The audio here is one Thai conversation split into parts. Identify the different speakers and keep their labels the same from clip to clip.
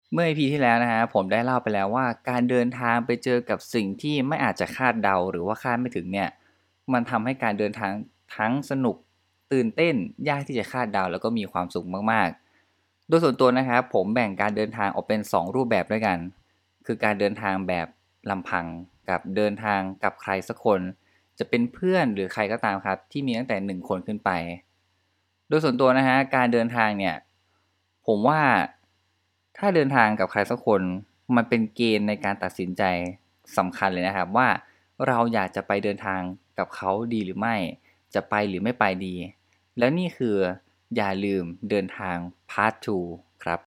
Speaker 1: เมื่อ EP ที่แล้วนะฮะผมได้เล่าไปแล้วว่าการเดินทางไปเจอกับสิ่งที่ไม่อาจจะคาดเดาหรือว่าคาดไม่ถึงเนี่ยมันทำให้การเดินทางทั้งสนุกตื่นเต้นยากที่จะคาดเดาแล้วก็มีความสุขมากๆโดยส่วนตัวนะครับผมแบ่งการเดินทางออกเป็น2รูปแบบด้วยกันคือการเดินทางแบบลำพังกับเดินทางกับใครสักคนจะเป็นเพื่อนหรือใครก็ตามครับที่มีตั้งแต่1 คนขึ้นไปโดยส่วนตัวนะฮะการเดินทางเนี่ยผมว่าถ้าเดินทางกับใครสักคนมันเป็นเกณฑ์ในการตัดสินใจสำคัญเลยนะครับว่าเราอยากจะไปเดินทางกับเขาดีหรือไม่จะไปหรือไม่ไปดีแล้วนี่คืออย่าลืมเดินทางพาร์ท2ครับ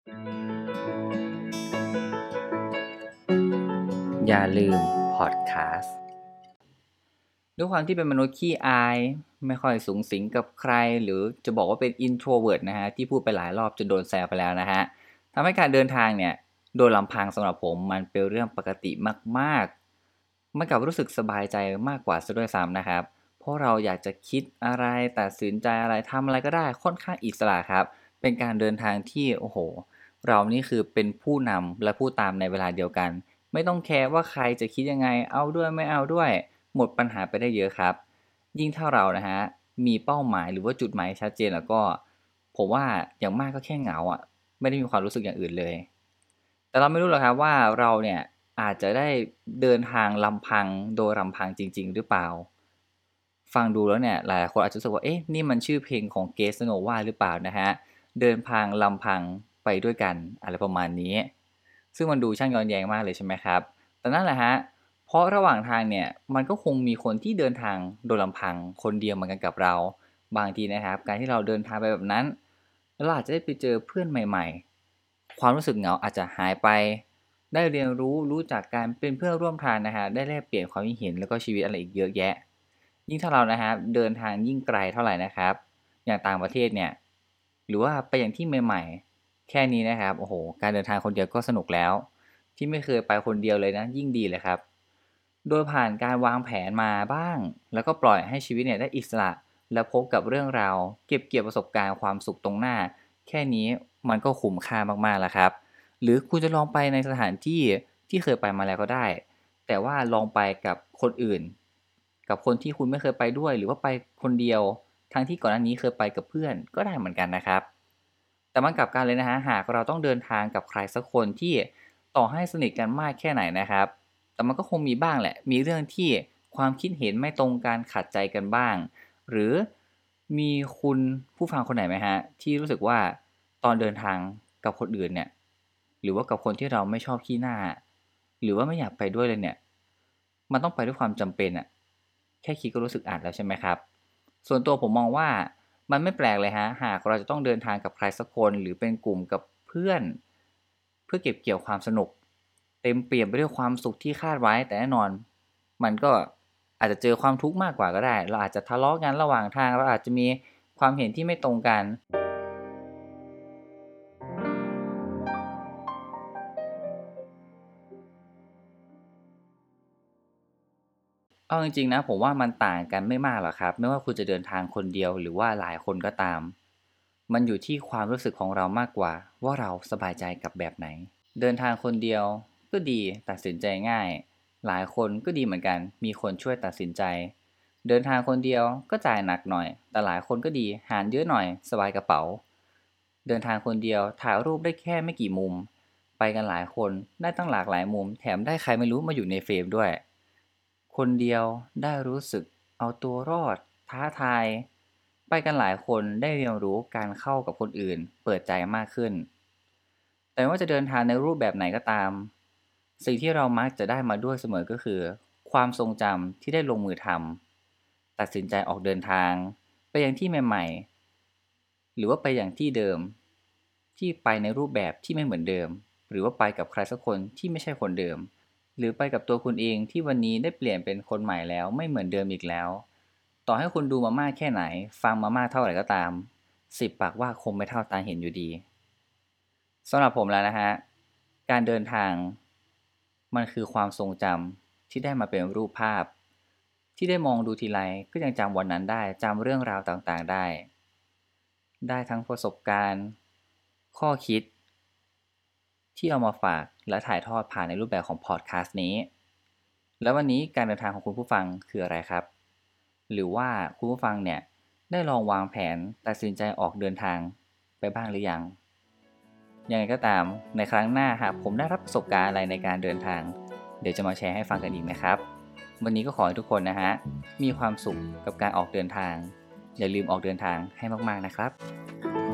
Speaker 1: อย่าลืมพอดแคสต์ ด้วยความที่เป็นมนุษย์ขี้อายไม่ค่อยสุงสิงกับใครหรือจะบอกว่าเป็น introvert นะฮะที่พูดไปหลายรอบจนโดนแซวไปแล้วนะฮะทำให้การเดินทางเนี่ยโดยลำพังสำหรับผมมันเป็นเรื่องปกติมากๆมันกลับรู้สึกสบายใจมากกว่าซะด้วยซ้ำนะครับเพราะเราอยากจะคิดอะไรตัดสินใจอะไรทำอะไรก็ได้ค่อนข้างอิสระครับเป็นการเดินทางที่โอ้โหเรานี่คือเป็นผู้นำและผู้ตามในเวลาเดียวกันไม่ต้องแคร์ว่าใครจะคิดยังไงเอาด้วยไม่เอาด้วย หมดปัญหาไปได้เยอะครับยิ่งถ้าเรานะฮะมีเป้าหมายหรือว่าจุดหมายชัดเจนแล้วก็ผมว่าอย่างมากก็แค่เหงาอ่ะไม่ได้มีความรู้สึกอย่างอื่นเลยแต่เราไม่รู้หรอกครับว่าเราเนี่ยอาจจะได้เดินทางลำพังโดยลำพังจริงๆหรือเปล่าฟังดูแล้วเนี่ยหลายคนอาจจะรู้สึกว่าเอ๊ะนี่มันชื่อเพลงของเกสโนวาหรือเปล่านะฮะเดินทางลำพังไปด้วยกันอะไรประมาณนี้ซึ่งมันดูช่างย้อนแย้งมากเลยใช่ไหมครับแต่นั่นแหละฮะ เพราะระหว่างทางเนี่ยมันก็คงมีคนที่เดินทางโดยลำพังคนเดียวเหมือนกันกับเราบางทีนะครับการที่เราเดินทางไปแบบนั้นเราอาจจะได้ไปเจอเพื่อนใหม่ๆความรู้สึกเหงาอาจจะหายไปได้เรียนรู้จักการเป็นเพื่อนร่วมทางนะฮะได้แลกเปลี่ยนความคิดเห็นแล้วก็ชีวิตอะไรอีกเยอะแยะยิ่งถ้าเรานะครับเดินทางยิ่งไกลเท่าไหร่นะครับอย่างต่างประเทศเนี่ยหรือว่าไปอย่างที่ใหม่ๆแค่นี้นะครับโอ้โหการเดินทางคนเดียวก็สนุกแล้ว ที่ไม่เคยไปคนเดียวเลยนะยิ่งดีเลยครับโดยผ่านการวางแผนมาบ้างแล้วก็ปล่อยให้ชีวิตเนี่ยได้อิสระแล้วพบกับเรื่องราวเก็บเกี่ยวประสบการณ์ความสุขตรงหน้าแค่นี้มันก็คุ้มค่ามากๆแล้วครับหรือคุณจะลองไปในสถานที่ที่เคยไปมาแล้วก็ได้แต่ว่าลองไปกับคนอื่นกับคนที่คุณไม่เคยไปด้วยหรือว่าไปคนเดียวทั้งที่ก่อนหน้านี้เคยไปกับเพื่อนก็ได้เหมือนกันนะครับแต่มันกลับกันเลยนะฮะหากเราต้องเดินทางกับใครสักคนที่ ต่อให้สนิทกันมากแค่ไหนนะครับแต่มันก็คงมีบ้างแหละมีเรื่องที่ความคิดเห็นไม่ตรงกันขัดใจกันบ้างหรือมีคุณผู้ฟังคนไหนไหมฮะที่รู้สึกว่าตอนเดินทางกับคนอื่นเนี่ยหรือว่ากับคนที่เราไม่ชอบขี้หน้าหรือว่าไม่อยากไปด้วยเลยเนี่ยมันต้องไปด้วยความจำเป็นอะแค่คิดก็รู้สึกอัดแล้วใช่ไหมครับส่วนตัวผมมองว่ามันไม่แปลกเลยฮะหากเราจะต้องเดินทางกับใครสักคนหรือเป็นกลุ่มกับเพื่อน เพื่อเก็บเกี่ยวความสนุกเต็มเปี่ยมไปด้วยความสุขที่คาดไว้แต่แน่นอนมันก็อาจจะเจอความทุกข์มากกว่าก็ได้เราอาจจะทะเลาะกันระหว่างทางเราอาจจะมีความเห็นที่ไม่ตรงกันเอาจริงๆนะผมว่ามันต่างกันไม่มากหรอกครับไม่ว่าคุณจะเดินทางคนเดียวหรือว่าหลายคนก็ตามมันอยู่ที่ความรู้สึกของเรามากกว่าว่าเราสบายใจกับแบบไหน เดินทางคนเดียวก็ดีตัดสินใจง่ายหลายคนก็ดีเหมือนกันมีคนช่วยตัดสินใจเดินทางคนเดียวก็จ่ายหนักหน่อยแต่หลายคนก็ดีหารเยอะหน่อยสบายกระเป๋าเดินทางคนเดียวถ่ายรูปได้แค่ไม่กี่มุมไปกันหลายคนได้ตั้งหลากหลายมุมแถมได้ใครไม่รู้มาอยู่ในเฟรมด้วยคนเดียวได้รู้สึกเอาตัวรอดท้าทายไปกันหลายคนได้เรียนรู้การเข้ากับคนอื่นเปิดใจมากขึ้น แต่ว่าจะเดินทางในรูปแบบไหนก็ตามสิ่งที่เรามักจะได้มาด้วยเสมอก็คือความทรงจำที่ได้ลงมือทำตัดสินใจออกเดินทางไปยังที่ใหม่ๆหรือว่าไปอย่างที่เดิมที่ไปในรูปแบบที่ไม่เหมือนเดิมหรือว่าไปกับใครสักคนที่ไม่ใช่คนเดิมหรือไปกับตัวคุณเองที่วันนี้ได้เปลี่ยนเป็นคนใหม่แล้วไม่เหมือนเดิมอีกแล้วต่อให้คุณดูมามากแค่ไหนฟังมามากเท่าไหร่ก็ตาม10 ปากว่าคงไม่เท่าตาเห็นอยู่ดี สำหรับผมแล้วนะฮะการเดินทางมันคือความทรงจำที่ได้มาเป็นรูปภาพที่ได้มองดูทีไรก็ยังจำวันนั้นได้จำเรื่องราวต่างๆได้ทั้งประสบการณ์ข้อคิดที่เอามาฝากและถ่ายทอดผ่านในรูปแบบของพอดแคสต์นี้แล้ววันนี้การเดินทางของคุณผู้ฟังคืออะไรครับหรือว่าคุณผู้ฟังเนี่ยได้ลองวางแผนตัดสินใจออกเดินทางไปบ้างหรือยังยังไงก็ตามในครั้งหน้าหากผมได้รับประสบการณ์อะไรในการเดินทางเดี๋ยวจะมาแชร์ให้ฟังกันอีกนะครับวันนี้ก็ขอให้ทุกคนนะฮะมีความสุขกับการออกเดินทางอย่าลืมออกเดินทางให้มากๆนะครับ